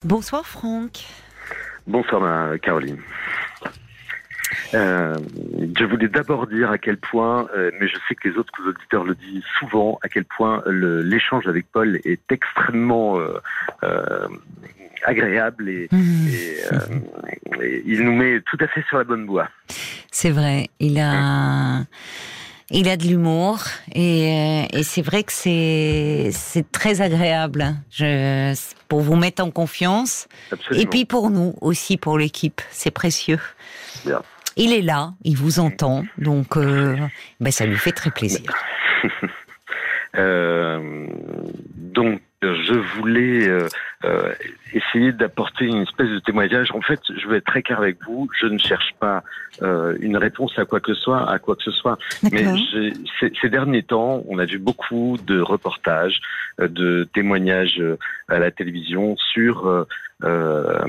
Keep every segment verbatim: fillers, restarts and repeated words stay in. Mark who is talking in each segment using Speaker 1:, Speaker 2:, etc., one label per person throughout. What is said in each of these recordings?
Speaker 1: Bonsoir Franck.
Speaker 2: Bonsoir ma Caroline. Euh, je voulais d'abord dire à quel point, euh, mais je sais que les autres auditeurs le disent souvent, à quel point le, l'échange avec Paul est extrêmement euh, euh, agréable et, mmh. et, euh, et il nous met tout à fait sur la bonne voie.
Speaker 1: C'est vrai, il a... Mmh. Il a de l'humour et, et c'est vrai que c'est, c'est très agréable je, pour vous mettre en confiance.
Speaker 2: Absolument.
Speaker 1: Et puis pour nous aussi, pour l'équipe, c'est précieux.
Speaker 2: Bien.
Speaker 1: Il est là, il vous entend, donc euh, ben ça lui fait très plaisir.
Speaker 2: euh, donc je voulais euh, euh, essayer d'apporter une espèce de témoignage. En fait, je vais être très clair avec vous. Je ne cherche pas euh, une réponse à quoi que ce soit, à quoi que ce soit. Mais j'ai, ces, ces derniers temps, on a vu beaucoup de reportages, euh, de témoignages euh, à la télévision sur euh, euh,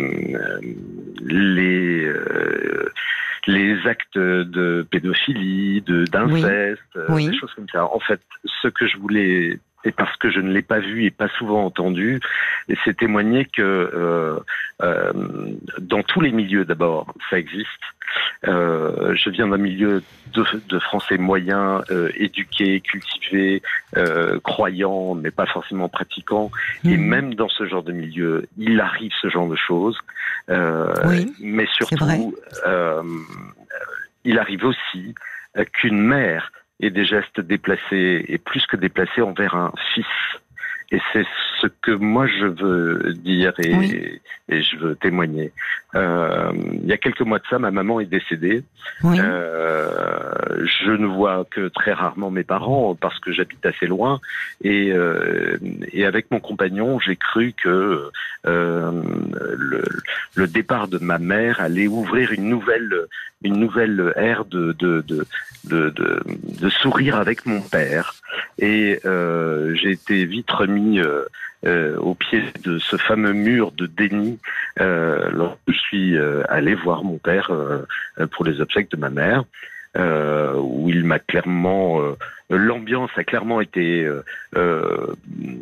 Speaker 2: les euh, les actes de pédophilie, de d'inceste, oui.
Speaker 1: Oui.
Speaker 2: des choses comme ça. En fait, ce que je voulais, et parce que je ne l'ai pas vu et pas souvent entendu, et c'est témoigner que euh, euh, dans tous les milieux d'abord, ça existe. Euh, je viens d'un milieu de, de français moyen, euh, éduqué, cultivé, euh, croyant, mais pas forcément pratiquant. Mmh. Et même dans ce genre de milieu, il arrive ce genre de choses. Euh,
Speaker 1: oui,
Speaker 2: mais surtout, euh, il arrive aussi qu'une mère ait des gestes déplacés, et plus que déplacés, envers un fils. Et c'est ce que moi je veux dire et, oui. et je veux témoigner. Euh, il y a quelques mois de ça, ma maman est décédée.
Speaker 1: Oui.
Speaker 2: Euh, je ne vois que très rarement mes parents parce que j'habite assez loin. Et, euh, et avec mon compagnon, j'ai cru que euh, le, le départ de ma mère allait ouvrir une nouvelle, une nouvelle ère de, de, de, de, de, de sourire avec mon père. Et euh, j'ai été vite remis Euh, euh, au pied de ce fameux mur de déni euh, lorsque je suis euh, allé voir mon père euh, pour les obsèques de ma mère, euh, où il m'a clairement, euh, l'ambiance a clairement été euh, euh,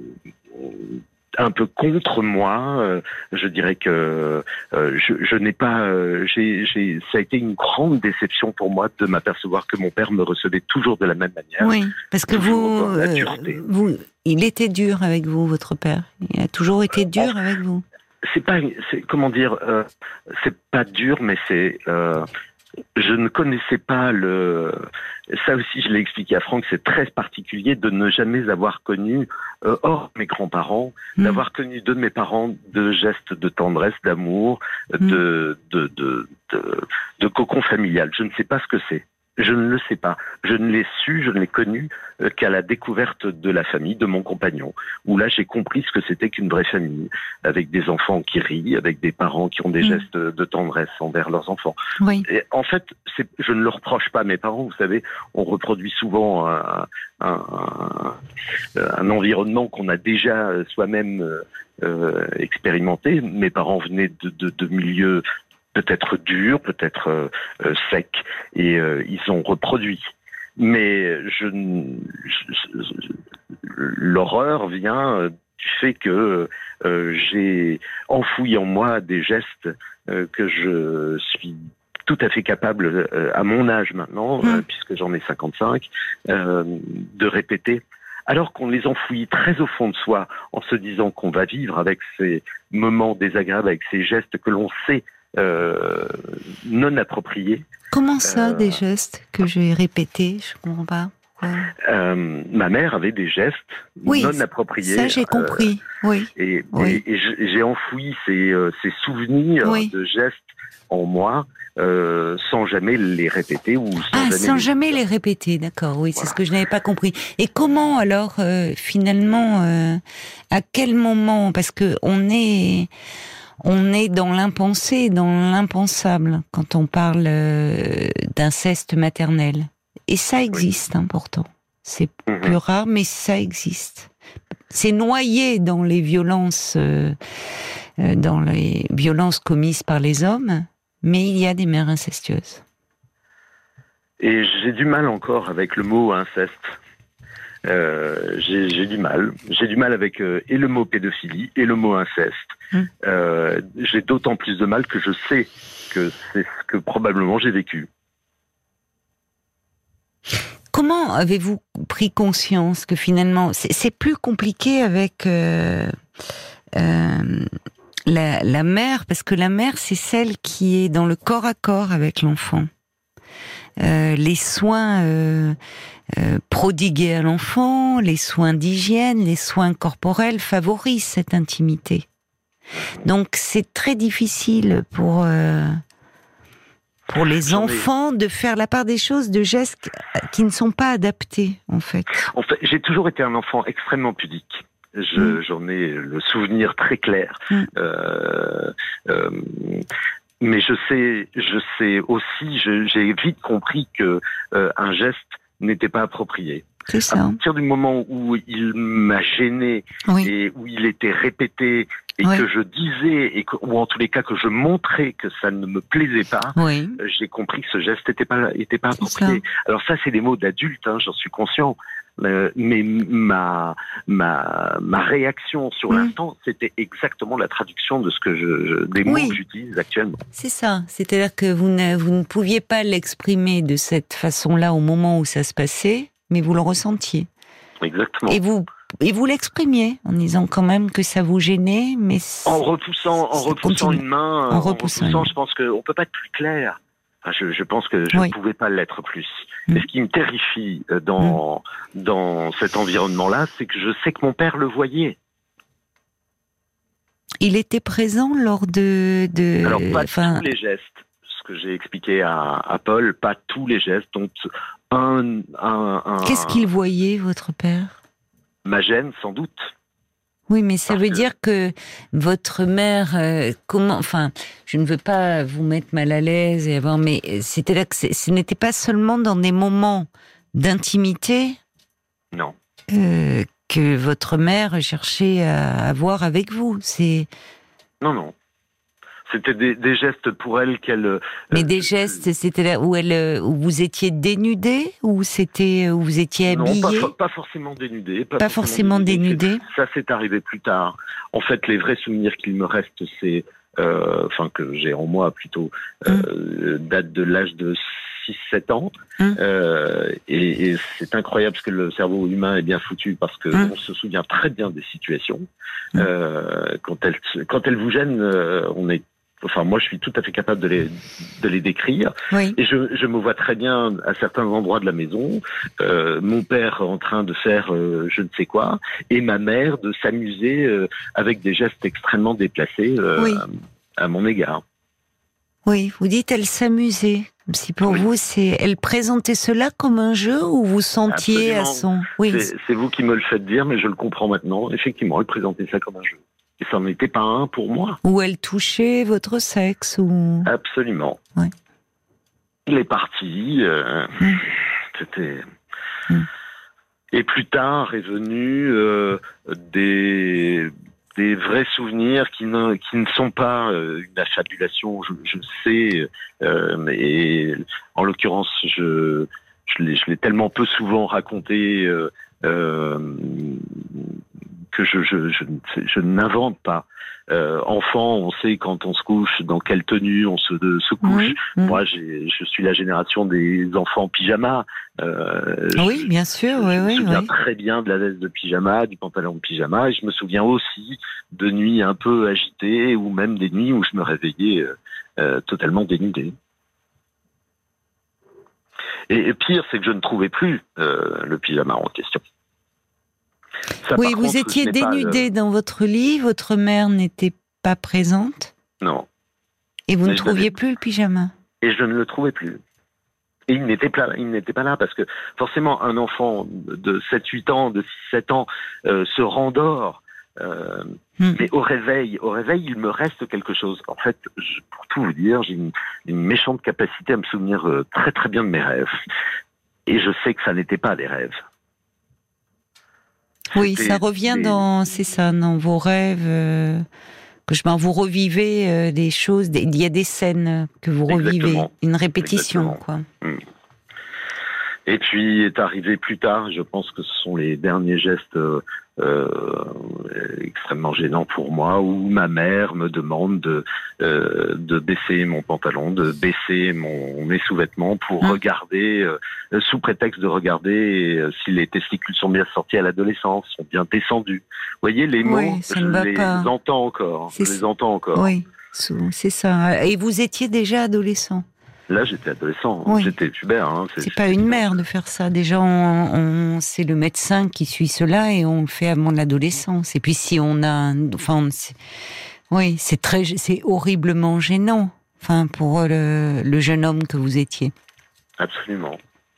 Speaker 2: un peu contre moi. Euh, je dirais que euh, je, je n'ai pas. Euh, j'ai, j'ai, ça a été une grande déception pour moi de m'apercevoir que mon père me recevait toujours de la même manière.
Speaker 1: Oui, parce que vous, euh, vous, il était dur avec vous, votre père. Il a toujours été dur euh, avec vous.
Speaker 2: C'est pas, c'est, comment dire, euh, c'est pas dur, mais c'est. Euh, Je ne connaissais pas le... Ça aussi, je l'ai expliqué à Franck, c'est très particulier de ne jamais avoir connu, euh, hors mes grands-parents, mmh. d'avoir connu de mes parents de gestes de tendresse, d'amour, mmh. de, de, de, de, de cocon familial. Je ne sais pas ce que c'est. Je ne le sais pas. Je ne l'ai su, je ne l'ai connu euh, qu'à la découverte de la famille, de mon compagnon, où là j'ai compris ce que c'était qu'une vraie famille, avec des enfants qui rient, avec des parents qui ont des mmh. gestes de tendresse envers leurs enfants.
Speaker 1: Oui.
Speaker 2: Et en fait, c'est, je ne le reproche pas à mes parents. Vous savez, on reproduit souvent un, un, un, un environnement qu'on a déjà soi-même euh, expérimenté. Mes parents venaient de, de, de milieux peut-être dur, peut-être euh, euh, sec, et euh, ils ont reproduit. Mais je, je, je l'horreur vient du fait que euh, j'ai enfoui en moi des gestes euh, que je suis tout à fait capable, euh, à mon âge maintenant, mmh. euh, puisque j'en ai cinquante-cinq, euh, de répéter. Alors qu'on les enfouit très au fond de soi, en se disant qu'on va vivre avec ces moments désagréables, avec ces gestes que l'on sait Euh, non approprié.
Speaker 1: Comment ça, euh, des gestes que j'ai répétés? Je comprends pas. Ouais.
Speaker 2: Euh, ma mère avait des gestes
Speaker 1: oui,
Speaker 2: non appropriés.
Speaker 1: Ça, j'ai compris. Euh, oui.
Speaker 2: Et,
Speaker 1: oui.
Speaker 2: et, et j'ai enfoui ces, euh, ces souvenirs oui. de gestes en moi, euh, sans jamais les répéter ou sans
Speaker 1: ah,
Speaker 2: jamais
Speaker 1: sans
Speaker 2: les
Speaker 1: jamais les répéter. D'accord. Oui, voilà. C'est ce que je n'avais pas compris. Et comment alors, euh, finalement, euh, à quel moment? Parce que on est On est dans l'impensé, dans l'impensable, quand on parle euh, d'inceste maternel. Et ça existe, oui. hein, pourtant. C'est mm-hmm. plus rare, mais ça existe. C'est noyé dans les violences, euh, euh, dans les violences commises par les hommes, mais il y a des mères incestueuses.
Speaker 2: Et j'ai du mal encore avec le mot inceste. Euh, j'ai, j'ai du mal. J'ai du mal avec euh, et le mot pédophilie et le mot inceste. Mmh. Euh, j'ai d'autant plus de mal que je sais que c'est ce que probablement j'ai vécu.
Speaker 1: Comment avez-vous pris conscience que finalement c'est, c'est plus compliqué avec euh, euh, la, la mère, parce que la mère c'est celle qui est dans le corps à corps avec l'enfant. Euh, les soins euh, euh, prodigués à l'enfant, les soins d'hygiène, les soins corporels favorisent cette intimité. Donc c'est très difficile pour euh, pour les J'en enfants ai... de faire la part des choses, de gestes qui ne sont pas adaptés, en fait.
Speaker 2: En fait, j'ai toujours été un enfant extrêmement pudique. Je, mmh. J'en ai le souvenir très clair. Mmh. Euh, euh, mais je sais, je sais aussi, je, j'ai vite compris que euh, un geste n'était pas approprié.
Speaker 1: C'est ça.
Speaker 2: À partir du moment où il m'a gêné oui. et où il était répété et oui. que je disais, et que, ou en tous les cas que je montrais que ça ne me plaisait pas, oui. j'ai compris que ce geste n'était pas, était pas approprié. Ça. Alors ça, c'est des mots d'adulte, hein, j'en suis conscient. Euh, mais ma, ma, ma réaction sur mmh. l'instant, c'était exactement la traduction de ce que je, je des mots oui. que j'utilise actuellement.
Speaker 1: C'est ça. C'est-à-dire que vous ne, vous ne pouviez pas l'exprimer de cette façon-là au moment où ça se passait, mais vous le ressentiez.
Speaker 2: Exactement.
Speaker 1: Et vous, et vous l'exprimiez en disant quand même que ça vous gênait, mais
Speaker 2: en repoussant, en repoussant une main, en, en repoussant, repoussant je pense qu'on peut pas être plus clair. Enfin, je, je pense que je ne oui. pouvais pas l'être plus. Mmh. Mais ce qui me terrifie dans mmh. dans cet environnement-là, c'est que je sais que mon père le voyait.
Speaker 1: Il était présent lors de... de...
Speaker 2: Alors, pas
Speaker 1: enfin...
Speaker 2: tous les gestes. Ce que j'ai expliqué à, à Paul, pas tous les gestes. Donc, un... un, un
Speaker 1: Qu'est-ce qu'il voyait, votre père ?
Speaker 2: Ma gêne, sans doute.
Speaker 1: Oui, mais ça Parce veut que... dire que votre mère, euh, comment, enfin, je ne veux pas vous mettre mal à l'aise et avoir, mais c'était là que ce n'était pas seulement dans des moments d'intimité.
Speaker 2: Non.
Speaker 1: Euh, que votre mère cherchait à avoir avec vous. C'est.
Speaker 2: Non, non. C'était des, des gestes pour elle qu'elle.
Speaker 1: Mais euh, des gestes, c'était là où elle, où vous étiez dénudé, ou c'était où vous étiez habillé.
Speaker 2: Non, pas, pas forcément dénudé.
Speaker 1: Pas, pas forcément, forcément dénudé. dénudé.
Speaker 2: Ça, c'est arrivé plus tard. En fait, les vrais souvenirs qu'il me reste, c'est, euh, enfin que j'ai en moi plutôt, euh, mmh. date de l'âge de six sept ans. Mmh. Euh, et, et c'est incroyable parce que le cerveau humain est bien foutu parce que mmh. on se souvient très bien des situations. Mmh. Euh, quand elle, quand elle vous gêne, euh, on est Enfin, moi, je suis tout à fait capable de les, de les décrire. Oui. Et je, je me vois très bien à certains endroits de la maison, euh, mon père en train de faire euh, je ne sais quoi, et ma mère de s'amuser euh, avec des gestes extrêmement déplacés euh, oui. à, à mon égard.
Speaker 1: Oui, vous dites elle s'amusait. Si pour oui. vous, c'est elle présentait cela comme un jeu ou vous sentiez Absolument. à son... Oui.
Speaker 2: C'est, c'est vous qui me le faites dire, mais je le comprends maintenant. Effectivement, elle présentait ça comme un jeu. Et ça n'en était pas un pour moi.
Speaker 1: Ou elle touchait votre sexe ou...
Speaker 2: Absolument.
Speaker 1: Ouais.
Speaker 2: Il est parti. Euh, mmh. C'était... Mmh. Et plus tard est venu euh, des, des vrais souvenirs qui ne, qui ne sont pas euh, une affabulation, je, je sais. Euh, et en l'occurrence, je, je, l'ai, je l'ai tellement peu souvent raconté... Euh, euh, que je, je, je, je n'invente pas. Euh, enfant, on sait quand on se couche, dans quelle tenue on se, de, se couche. Mmh, mmh. Moi, j'ai, je suis la génération des enfants pyjama. Euh,
Speaker 1: oui,
Speaker 2: je,
Speaker 1: bien sûr.
Speaker 2: Je,
Speaker 1: oui,
Speaker 2: je me
Speaker 1: oui,
Speaker 2: souviens
Speaker 1: oui.
Speaker 2: très bien de la veste de pyjama, du pantalon de pyjama, et je me souviens aussi de nuits un peu agitées, ou même des nuits où je me réveillais euh, euh, totalement dénudé. Et, et pire, c'est que je ne trouvais plus euh, le pyjama en question.
Speaker 1: Ça, oui, vous contre, étiez dénudé le... dans votre lit, votre mère n'était pas présente.
Speaker 2: Non.
Speaker 1: Et vous Mais ne trouviez plus le pyjama.
Speaker 2: Et je ne le trouvais plus. Et il n'était pas, il n'était pas là parce que forcément un enfant de sept huit ans, de six sept ans euh, se rendort. Euh, hmm. Mais au réveil, au réveil, il me reste quelque chose. En fait, je, pour tout vous dire, j'ai une, une méchante capacité à me souvenir euh, très très bien de mes rêves. Et je sais que ça n'était pas des rêves.
Speaker 1: Oui, ça revient des... dans, c'est ça, dans vos rêves, euh, que je, ben, vous revivez euh, des choses, il y a des scènes que vous revivez, Exactement. une répétition,
Speaker 2: Exactement.
Speaker 1: quoi.
Speaker 2: Mmh. Et puis est arrivé plus tard, je pense que ce sont les derniers gestes euh, euh, extrêmement gênants pour moi, où ma mère me demande de, euh, de baisser mon pantalon, de baisser mon, mes sous-vêtements pour mmh. regarder, euh, sous prétexte de regarder euh, si les testicules sont bien sortis à l'adolescence, sont bien descendus. Vous voyez, les mots,
Speaker 1: oui,
Speaker 2: je les pas. entends encore.
Speaker 1: C'est
Speaker 2: je les entends encore.
Speaker 1: Oui, c'est ça. Et vous étiez déjà adolescent?
Speaker 2: Là, j'étais adolescent,
Speaker 1: oui.
Speaker 2: j'étais pubère. Hein,
Speaker 1: c'est c'est pas une mère de faire ça. Déjà, on, on, c'est le médecin qui suit cela et on le fait avant l'adolescence. Et puis, si on a, enfin, c'est, oui, c'est très, c'est horriblement gênant. Enfin, pour le, le jeune homme que vous étiez.
Speaker 2: Absolument.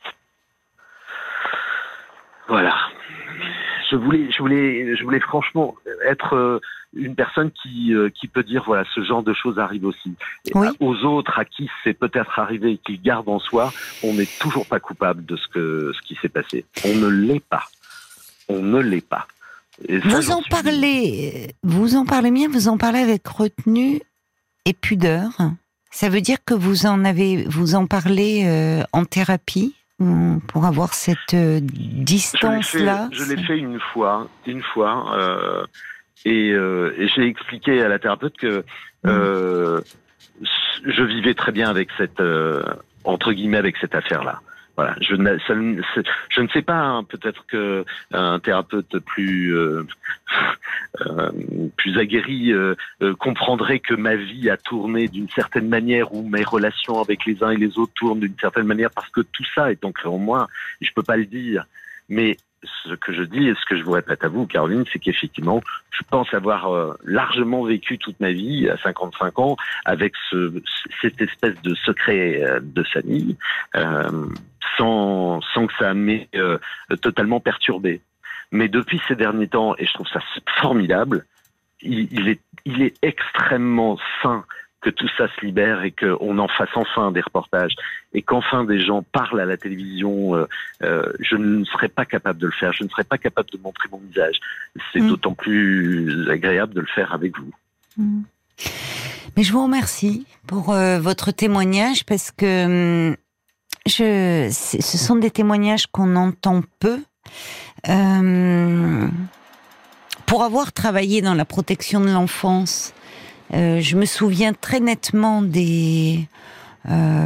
Speaker 2: Voilà. Je voulais, je voulais, je voulais franchement être une personne qui, qui peut dire voilà, ce genre de choses arrive aussi. Et oui. Aux autres à qui c'est peut-être arrivé et qui gardent en soi, on n'est toujours pas coupable de ce que ce qui s'est passé. On ne l'est pas. On ne l'est pas.
Speaker 1: Et ça, vous en suis... parlez, vous en parlez bien, vous en parlez avec retenue et pudeur. Ça veut dire que vous en avez, vous en parlez euh, en thérapie pour avoir cette euh, distance-là.
Speaker 2: Je l'ai fait, fait une fois, une fois. Euh, Et, euh, et j'ai expliqué à la thérapeute que euh, je vivais très bien avec cette euh, entre guillemets avec cette affaire-là. Voilà, je ne, ça, je ne sais pas, hein, peut-être que un thérapeute plus euh, euh, plus aguerri euh, euh, comprendrait que ma vie a tourné d'une certaine manière, ou mes relations avec les uns et les autres tournent d'une certaine manière, parce que tout ça est ancré en moi. Et je peux pas le dire, mais ce que je dis et ce que je vous répète à vous, Caroline, c'est qu'effectivement, je pense avoir euh, largement vécu toute ma vie, à cinquante-cinq ans, avec ce, cette espèce de secret euh, de famille, euh, sans, sans que ça m'ait euh, totalement perturbé. Mais depuis ces derniers temps, et je trouve ça formidable, il, il, est, il est extrêmement sain que tout ça se libère et qu'on en fasse enfin des reportages et qu'enfin des gens parlent à la télévision. Euh, euh, je ne serais pas capable de le faire, je ne serais pas capable de montrer mon visage. C'est mmh. d'autant plus agréable de le faire avec vous.
Speaker 1: Mmh. Mais je vous remercie pour euh, votre témoignage, parce que je, ce sont des témoignages qu'on entend peu. Euh, pour avoir travaillé dans la protection de l'enfance, Euh, je me souviens très nettement des euh,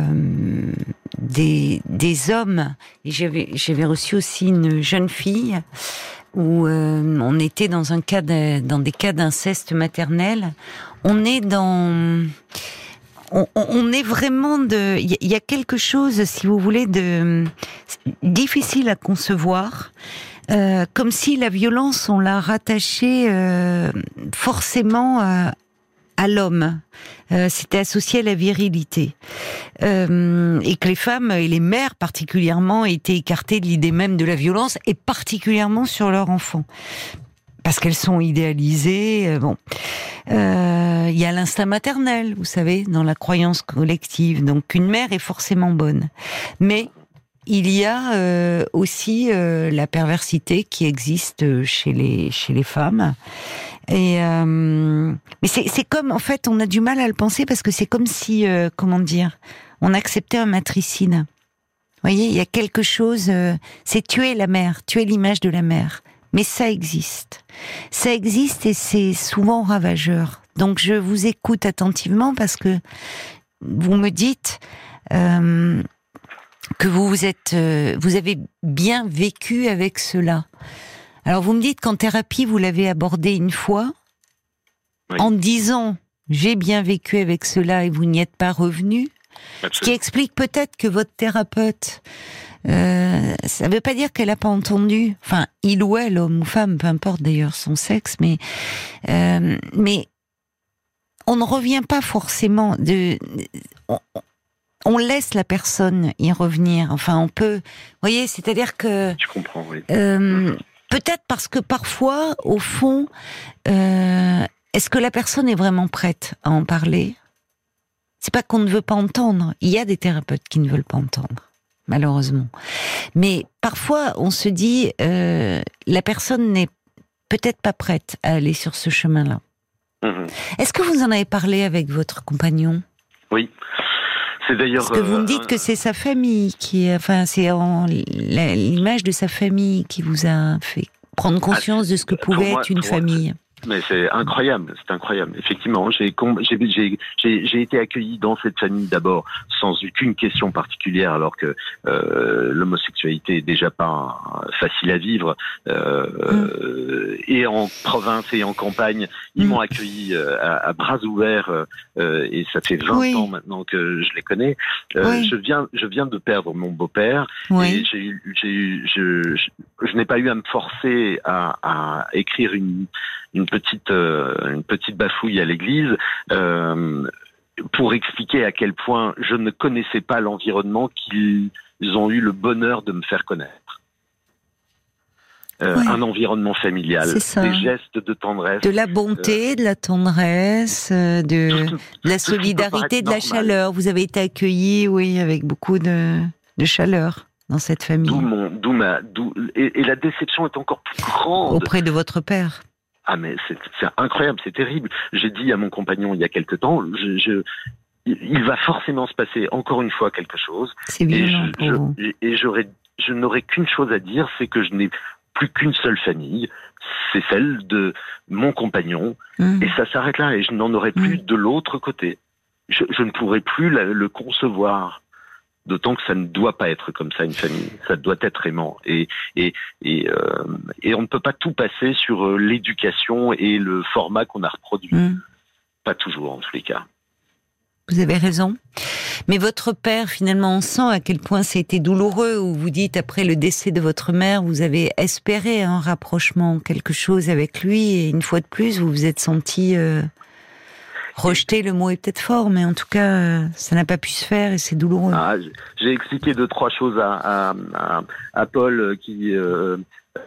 Speaker 1: des, des hommes. Et j'avais j'avais reçu aussi une jeune fille où euh, on était dans un cas de, dans des cas d'inceste maternel. On est dans on, on est vraiment de il y, y a quelque chose, si vous voulez, de difficile à concevoir. Euh, comme si la violence, on l'a rattachée euh, forcément à à l'homme, euh, c'était associé à la virilité, euh, et que les femmes et les mères particulièrement étaient écartées de l'idée même de la violence, et particulièrement sur leurs enfants, parce qu'elles sont idéalisées. Euh, bon, euh, il y a l'instinct maternel, vous savez, dans la croyance collective. Donc une mère est forcément bonne, mais il y a euh, aussi euh, la perversité qui existe chez les chez les femmes. Et euh, mais c'est c'est comme, en fait, on a du mal à le penser, parce que c'est comme si euh, comment dire, on acceptait un matricide. Vous voyez, il y a quelque chose, euh, c'est tuer la mère, tuer l'image de la mère. Mais ça existe, ça existe, et c'est souvent ravageur. Donc je vous écoute attentivement, parce que vous me dites euh, que vous vous êtes, euh, vous avez bien vécu avec cela. Alors vous me dites qu'en thérapie, vous l'avez abordé une fois, oui, en disant « j'ai bien vécu avec cela » et vous n'y êtes pas revenu. Absolument. Ce qui explique peut-être que votre thérapeute, euh, ça ne veut pas dire qu'elle n'a pas entendu, enfin il ou elle, homme ou femme, peu importe d'ailleurs son sexe, mais, euh, mais on ne revient pas forcément de... On, on laisse la personne y revenir, enfin on peut... Vous voyez, c'est-à-dire que...
Speaker 2: Je comprends, oui.
Speaker 1: Euh, Peut-être parce que parfois, au fond, euh, est-ce que la personne est vraiment prête à en parler ? C'est pas qu'on ne veut pas entendre. Il y a des thérapeutes qui ne veulent pas entendre, malheureusement. Mais parfois, on se dit, euh, la personne n'est peut-être pas prête à aller sur ce chemin-là. Mmh. Est-ce que vous en avez parlé avec votre compagnon ?
Speaker 2: Oui. C'est d'ailleurs.
Speaker 1: Parce que vous
Speaker 2: euh,
Speaker 1: me dites que c'est sa famille qui, enfin, c'est en, la, l'image de sa famille qui vous a fait prendre conscience
Speaker 2: ah,
Speaker 1: de ce que pouvait
Speaker 2: moi,
Speaker 1: être une
Speaker 2: pour,
Speaker 1: famille.
Speaker 2: Mais c'est incroyable, c'est incroyable. Effectivement, j'ai j'ai j'ai j'ai été accueilli dans cette famille d'abord sans aucune question particulière, alors que euh, l'homosexualité est déjà pas facile à vivre. Euh, mm. Et en province et en campagne, ils mm. m'ont accueilli à, à bras ouverts. Euh, et ça fait vingt oui. ans maintenant que je les connais. Euh, oui. Je viens je viens de perdre mon beau-père. Oui. Et j'ai eu j'ai eu je je, je n'ai pas eu à me forcer à, à écrire une une petite euh, une petite bafouille à l'église euh, pour expliquer à quel point je ne connaissais pas l'environnement qu'ils ont eu le bonheur de me faire connaître. Euh, ouais. Un environnement familial, des gestes de tendresse,
Speaker 1: de la bonté, euh, de la tendresse, de, tout, de la solidarité, de la chaleur. Vous avez été accueilli, oui, avec beaucoup de, de chaleur dans cette famille.
Speaker 2: D'où mon, d'où ma, d'où et, et la déception est encore plus grande
Speaker 1: auprès de votre père.
Speaker 2: Ah mais c'est, c'est incroyable, c'est terrible. J'ai dit à mon compagnon il y a quelque temps, je, je, il va forcément se passer encore une fois quelque chose.
Speaker 1: C'est violent
Speaker 2: et je,
Speaker 1: pour vous.
Speaker 2: Je, et j'aurais, je n'aurais qu'une chose à dire, c'est que je n'ai plus qu'une seule famille, c'est celle de mon compagnon, mmh. et ça s'arrête là. Et je n'en aurai plus mmh. de l'autre côté. Je, je ne pourrai plus la, le concevoir. D'autant que ça ne doit pas être comme ça une famille, ça doit être aimant. Et et et, euh, et on ne peut pas tout passer sur l'éducation et le format qu'on a reproduit. Mmh. Pas toujours en tous les cas.
Speaker 1: Vous avez raison. Mais votre père, finalement, on sent à quel point c'était douloureux. Où vous dites après le décès de votre mère, vous avez espéré un rapprochement, quelque chose avec lui, et une fois de plus, vous vous êtes senti euh, rejeté. Le mot est peut-être fort, mais en tout cas, ça n'a pas pu se faire et c'est douloureux.
Speaker 2: Ah, j'ai expliqué deux trois choses à à, à, à Paul qui. Euh,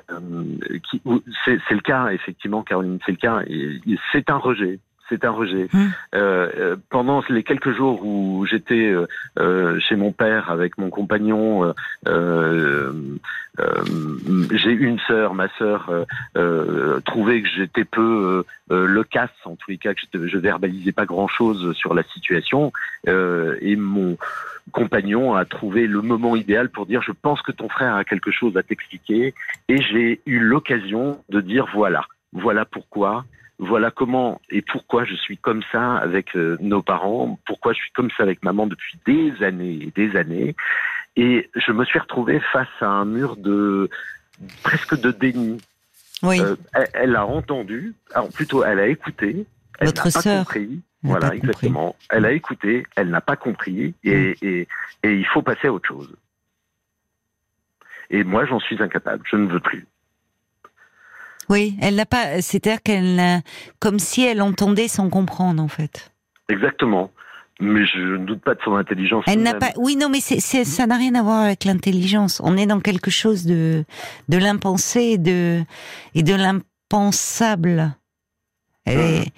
Speaker 2: qui c'est, c'est le cas effectivement, Caroline, c'est le cas. Et, c'est un rejet. C'est un rejet. Mmh. Euh, pendant les quelques jours où j'étais euh, chez mon père avec mon compagnon, euh, euh, euh, j'ai une sœur, ma sœur euh, trouvait que j'étais peu euh, loquace, en tous les cas, que je, je verbalisais pas grand-chose sur la situation, euh, et mon compagnon a trouvé le moment idéal pour dire je pense que ton frère a quelque chose à t'expliquer, et j'ai eu l'occasion de dire voilà, voilà pourquoi. Voilà comment et pourquoi je suis comme ça avec euh, nos parents, pourquoi je suis comme ça avec maman depuis des années et des années. Et je me suis retrouvé face à un mur de presque de déni.
Speaker 1: Oui.
Speaker 2: Euh, elle, elle a entendu, alors plutôt elle a écouté. Elle
Speaker 1: Votre
Speaker 2: n'a pas
Speaker 1: sœur.
Speaker 2: compris. Voilà, pas exactement. Compris. Elle a écouté, elle n'a pas compris, et, mmh. et, et il faut passer à autre chose. Et moi, j'en suis incapable. Je ne veux plus.
Speaker 1: Oui, elle n'a pas. C'est-à-dire qu'elle n'a, comme si elle entendait sans comprendre, en fait.
Speaker 2: Exactement. Mais je ne doute pas de son intelligence.
Speaker 1: Elle n'a pas. Oui, non, mais c'est, c'est, ça n'a rien à voir avec l'intelligence. On est dans quelque chose de de l'impensé et de et de l'impensable. Elle mmh. est...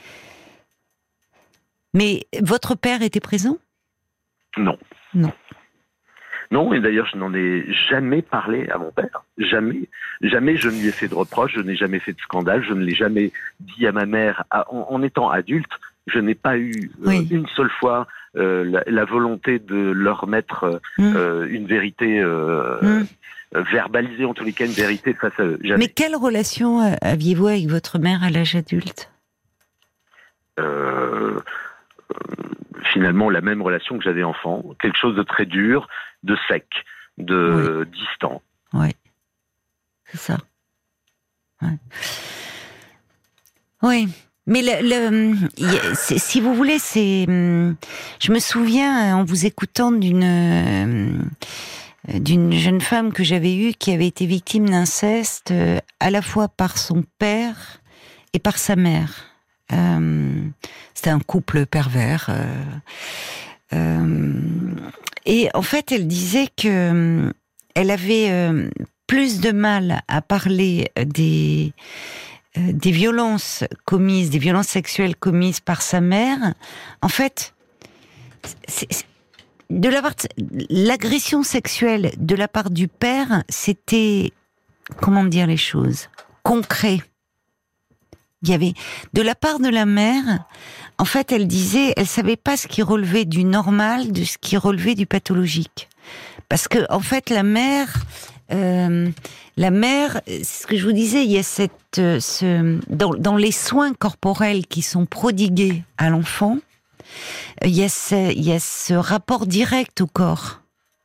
Speaker 1: Mais votre père était présent ?
Speaker 2: Non.
Speaker 1: Non.
Speaker 2: Non, et d'ailleurs, je n'en ai jamais parlé à mon père. Jamais. Jamais je ne lui ai fait de reproches, je n'ai jamais fait de scandale, je ne l'ai jamais dit à ma mère. À, en, en étant adulte, je n'ai pas eu euh, oui. une seule fois euh, la, la volonté de leur mettre euh, mmh. une vérité euh, mmh. verbalisée, en tous les cas, une vérité face à eux. Jamais.
Speaker 1: Mais quelle relation aviez-vous avec votre mère à l'âge adulte ?
Speaker 2: euh, Finalement, la même relation que j'avais enfant. Quelque chose de très dur, de sec, de oui. distant.
Speaker 1: Oui, c'est ça. Ouais. Oui, mais le, le, c'est, si vous voulez, c'est. Je me souviens, en vous écoutant, d'une d'une jeune femme que j'avais eue qui avait été victime d'inceste, à la fois par son père et par sa mère. Euh, c'était un couple pervers. Euh, euh, et en fait, elle disait que euh, elle avait euh, plus de mal à parler des euh, des violences commises, des violences sexuelles commises par sa mère. En fait, c'est, c'est, de la part, l'agression sexuelle de la part du père, c'était, comment dire les choses, concret. Il y avait, de la part de la mère, En fait, elle disait, elle savait pas ce qui relevait du normal, de ce qui relevait du pathologique. Parce que, en fait, la mère, euh, la mère, ce que je vous disais, il y a cette, euh, ce, dans, dans les soins corporels qui sont prodigués à l'enfant, il y a ce, il y a ce rapport direct au corps.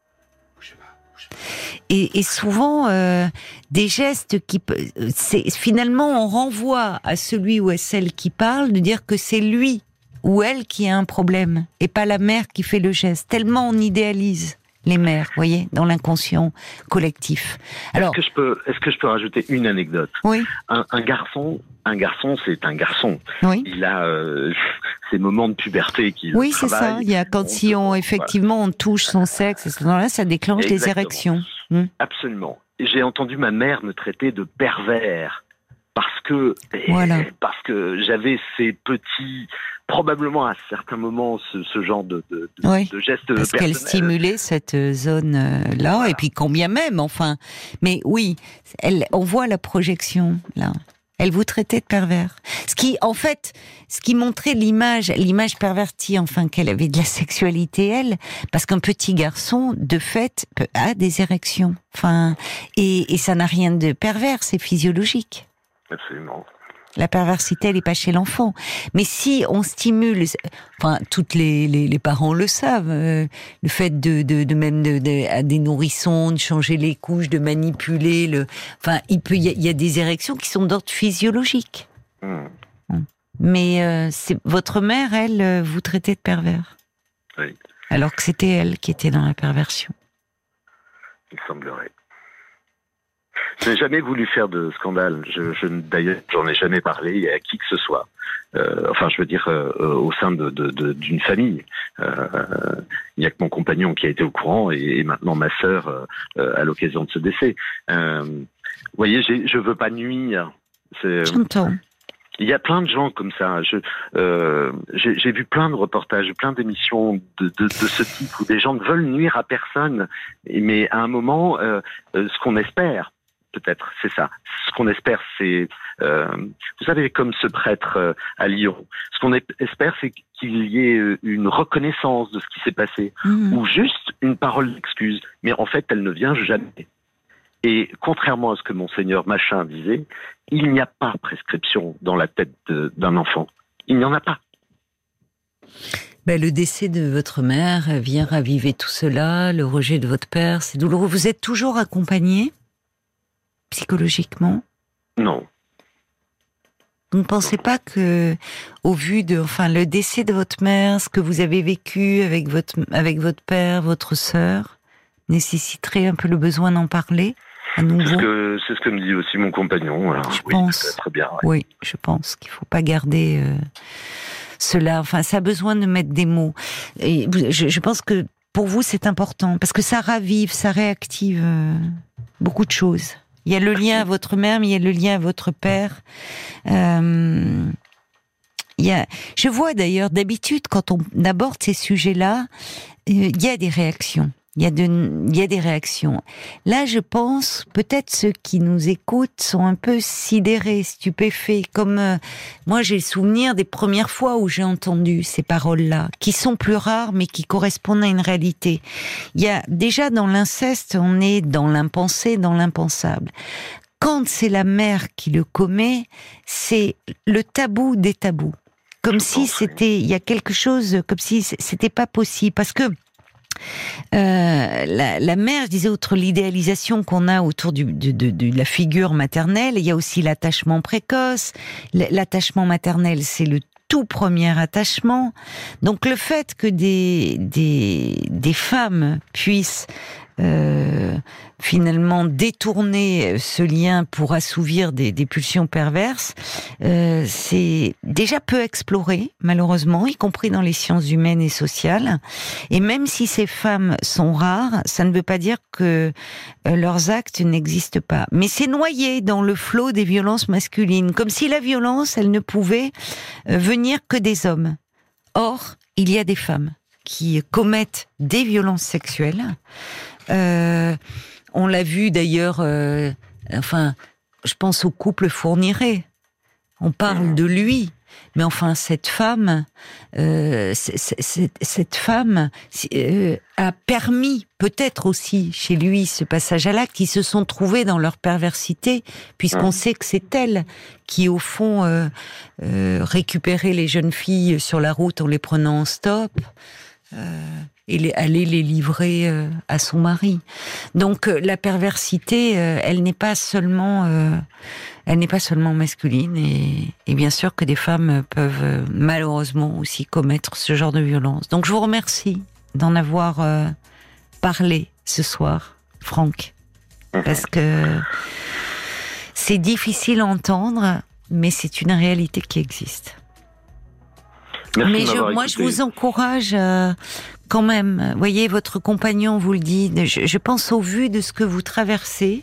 Speaker 1: Et, et souvent, euh, des gestes qui, c'est, finalement, on renvoie à celui ou à celle qui parle de dire que c'est lui ou elle qui a un problème et pas la mère qui fait le geste. Tellement on idéalise les mères, vous voyez, dans l'inconscient collectif. Alors,
Speaker 2: est-ce que je peux, est-ce que je peux rajouter une anecdote?
Speaker 1: Oui.
Speaker 2: Un, un garçon, un garçon, c'est un garçon.
Speaker 1: Oui.
Speaker 2: Il a euh, ces moments de puberté qu'il
Speaker 1: Oui,
Speaker 2: travaille.
Speaker 1: c'est ça. Il y a quand on si on effectivement on touche son sexe, à ce moment-là, ça déclenche
Speaker 2: Exactement.
Speaker 1: des érections. Hum.
Speaker 2: Absolument. J'ai entendu ma mère me traiter de pervers parce que
Speaker 1: Voilà.
Speaker 2: parce que j'avais ces petits, probablement à certains moments ce, ce genre de, de, de,
Speaker 1: oui.
Speaker 2: de gestes
Speaker 1: parce
Speaker 2: personnels.
Speaker 1: qu'elle stimulait cette zone là, voilà. Et puis combien même, enfin. Mais oui, elle, on voit la projection là. Elle vous traitait de pervers. Ce qui, en fait, ce qui montrait l'image, l'image pervertie, enfin, qu'elle avait de la sexualité, elle, parce qu'un petit garçon, de fait, a des érections. Enfin, et, et ça n'a rien de pervers, c'est physiologique.
Speaker 2: Absolument.
Speaker 1: La perversité, elle n'est pas chez l'enfant. Mais si on stimule, enfin, toutes les, les, les parents le savent, euh, le fait de, de, de même de, de, à des nourrissons, de changer les couches, de manipuler, le, enfin, il peut, il y, y a des érections qui sont d'ordre physiologique.
Speaker 2: Mmh.
Speaker 1: Mais euh, c'est votre mère, elle, vous traitait de pervers.
Speaker 2: Oui.
Speaker 1: Alors que c'était elle qui était dans la perversion.
Speaker 2: Il semblerait. Je n'ai jamais voulu faire de scandale. Je, je, d'ailleurs, j'en ai jamais parlé à qui que ce soit. Euh, enfin, je veux dire, euh, au sein de, de, de, d'une famille. Euh, il n'y a que mon compagnon qui a été au courant et, et maintenant ma sœur euh, à l'occasion de ce décès. Euh, vous voyez, j'ai, je veux pas nuire. C'est,
Speaker 1: J'entends.
Speaker 2: Il y a plein de gens comme ça. Je, euh, j'ai, j'ai vu plein de reportages, plein d'émissions de, de, de ce type où des gens ne veulent nuire à personne, mais à un moment, euh, ce qu'on espère, peut-être, c'est ça. Ce qu'on espère, c'est, euh, vous savez, comme ce prêtre euh, à Lyon. Ce qu'on espère, c'est qu'il y ait une reconnaissance de ce qui s'est passé, mmh. ou juste une parole d'excuse. Mais en fait, elle ne vient jamais. Et contrairement à ce que Monseigneur Machin disait, il n'y a pas prescription dans la tête de, d'un enfant. Il n'y en a pas.
Speaker 1: Ben, le décès de votre mère vient raviver tout cela, le rejet de votre père, c'est douloureux. Vous êtes toujours accompagné psychologiquement?
Speaker 2: Non.
Speaker 1: Vous ne pensez pas que, au vu de, enfin, le décès de votre mère, ce que vous avez vécu avec votre, avec votre père, votre sœur, nécessiterait un peu le besoin d'en parler à nouveau?
Speaker 2: C'est ce que, c'est ce que me dit aussi mon compagnon. Alors,
Speaker 1: je
Speaker 2: oui,
Speaker 1: pense.
Speaker 2: très bien. Ouais.
Speaker 1: Oui, je pense qu'il faut pas garder euh, cela. Enfin, ça a besoin de mettre des mots. Et je, je pense que pour vous, c'est important parce que ça ravive, ça réactive euh, beaucoup de choses. Il y a le lien à votre mère, mais il y a le lien à votre père. Euh, il y a, je vois d'ailleurs, d'habitude, quand on aborde ces sujets-là, euh, il y a des réactions. Il y a de, il y a des réactions. Là, je pense, peut-être ceux qui nous écoutent sont un peu sidérés, stupéfaits. Comme euh, moi, j'ai le souvenir des premières fois où j'ai entendu ces paroles-là, qui sont plus rares, mais qui correspondent à une réalité. Il y a déjà dans l'inceste, on est dans l'impensé, dans l'impensable. Quand c'est la mère qui le commet, c'est le tabou des tabous. Comme si c'était, il y a quelque chose, comme si c'était pas possible, parce que Euh, la, la mère, je disais, outre l'idéalisation qu'on a autour du, de, de, de la figure maternelle, il y a aussi l'attachement précoce. L'attachement maternel, c'est le tout premier attachement. Donc le fait que des, des, des femmes puissent euh, finalement détourner ce lien pour assouvir des, des pulsions perverses, euh, c'est déjà peu exploré, malheureusement, y compris dans les sciences humaines et sociales. Et même si ces femmes sont rares, ça ne veut pas dire que euh, leurs actes n'existent pas. Mais c'est noyé dans le flot des violences masculines, comme si la violence, elle ne pouvait euh, venir que des hommes. Or, il y a des femmes qui commettent des violences sexuelles. Euh, on l'a vu d'ailleurs, euh, enfin, je pense au couple Fourniret. On parle de lui, Mais enfin, cette femme, euh, c- c- c- cette femme euh, a permis peut-être aussi chez lui ce passage à l'acte, qui se sont trouvés dans leur perversité, puisqu'on sait que c'est elle qui, au fond, euh, euh, récupérait les jeunes filles sur la route en les prenant en stop. Euh, et les, aller les livrer euh, à son mari. Donc euh, la perversité, euh, elle n'est pas seulement, euh, elle n'est pas seulement masculine, et, et bien sûr que des femmes peuvent euh, malheureusement aussi commettre ce genre de violence. Donc je vous remercie d'en avoir euh, parlé ce soir, Franck, parce que c'est difficile à entendre, mais c'est une réalité qui existe.
Speaker 2: Merci
Speaker 1: Mais je, moi,
Speaker 2: écouté.
Speaker 1: je vous encourage euh, quand même. Vous voyez, votre compagnon vous le dit. Je, je pense au vu de ce que vous traversez,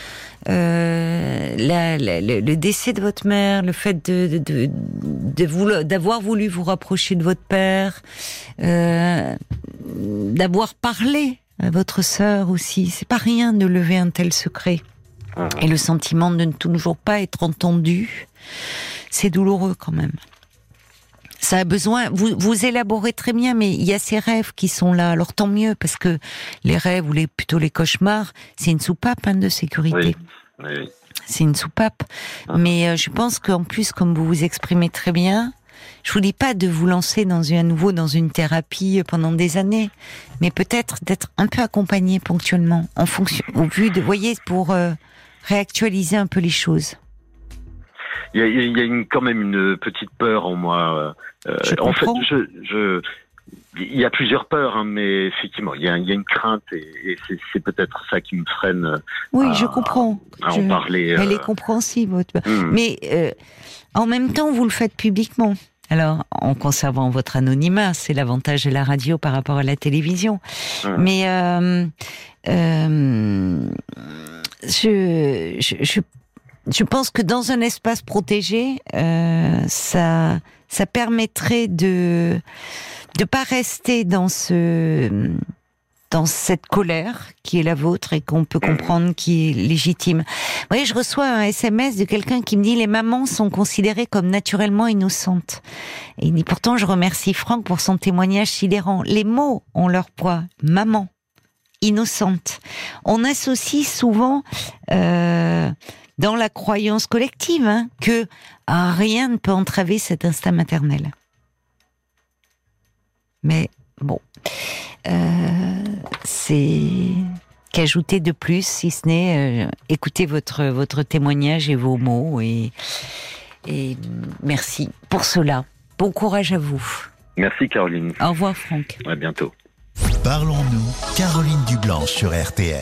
Speaker 1: euh, la, la, le, le décès de votre mère, le fait de, de, de, de vous, d'avoir voulu vous rapprocher de votre père, euh, d'avoir parlé à votre sœur aussi. C'est pas rien de lever un tel secret. Mmh. Et le sentiment de ne toujours pas être entendu, c'est douloureux quand même. Ça a besoin, vous, vous élaborez très bien, mais il y a ces rêves qui sont là. Alors tant mieux, parce que les rêves ou les, plutôt les cauchemars, c'est une soupape hein, de sécurité.
Speaker 2: Oui. Oui.
Speaker 1: C'est une soupape. Ah. Mais euh, je pense qu'en plus, comme vous vous exprimez très bien, je vous dis pas de vous lancer dans une, à nouveau dans une thérapie pendant des années, mais peut-être d'être un peu accompagné ponctuellement, en fonction, au vu de, voyez, pour euh, réactualiser un peu les choses.
Speaker 2: Il y a, il y a une, quand même une petite peur en moi. Euh,
Speaker 1: je
Speaker 2: en fait,
Speaker 1: comprends.
Speaker 2: je, je, il y a plusieurs peurs, hein, mais effectivement, il y a, il y a une crainte, et, et c'est, c'est peut-être ça qui me freine.
Speaker 1: Oui,
Speaker 2: à,
Speaker 1: je comprends.
Speaker 2: À
Speaker 1: je,
Speaker 2: en parler.
Speaker 1: Elle
Speaker 2: euh...
Speaker 1: est compréhensible, votre peur.
Speaker 2: Mmh.
Speaker 1: Mais euh, en même temps, vous le faites publiquement. Alors, en conservant votre anonymat, c'est l'avantage de la radio par rapport à la télévision. Mmh. Mais euh, euh, je, je, je Je pense que dans un espace protégé, euh, ça, ça permettrait de de pas rester dans ce dans cette colère qui est la vôtre et qu'on peut comprendre qui est légitime. Vous voyez, je reçois un S M S de quelqu'un qui me dit les mamans sont considérées comme naturellement innocentes. Et il dit pourtant je remercie Franck pour son témoignage sidérant. Les mots ont leur poids. Maman, innocente. On associe souvent euh, dans la croyance collective, hein, que ah, rien ne peut entraver cet instinct maternel. Mais bon, euh, c'est qu'ajouter de plus, si ce n'est euh, écouter votre votre témoignage et vos mots, et, et merci pour cela. Bon courage à vous.
Speaker 2: Merci Caroline.
Speaker 1: Au revoir Franck.
Speaker 2: À bientôt.
Speaker 3: Parlons-nous, Caroline Dublanche sur R T L.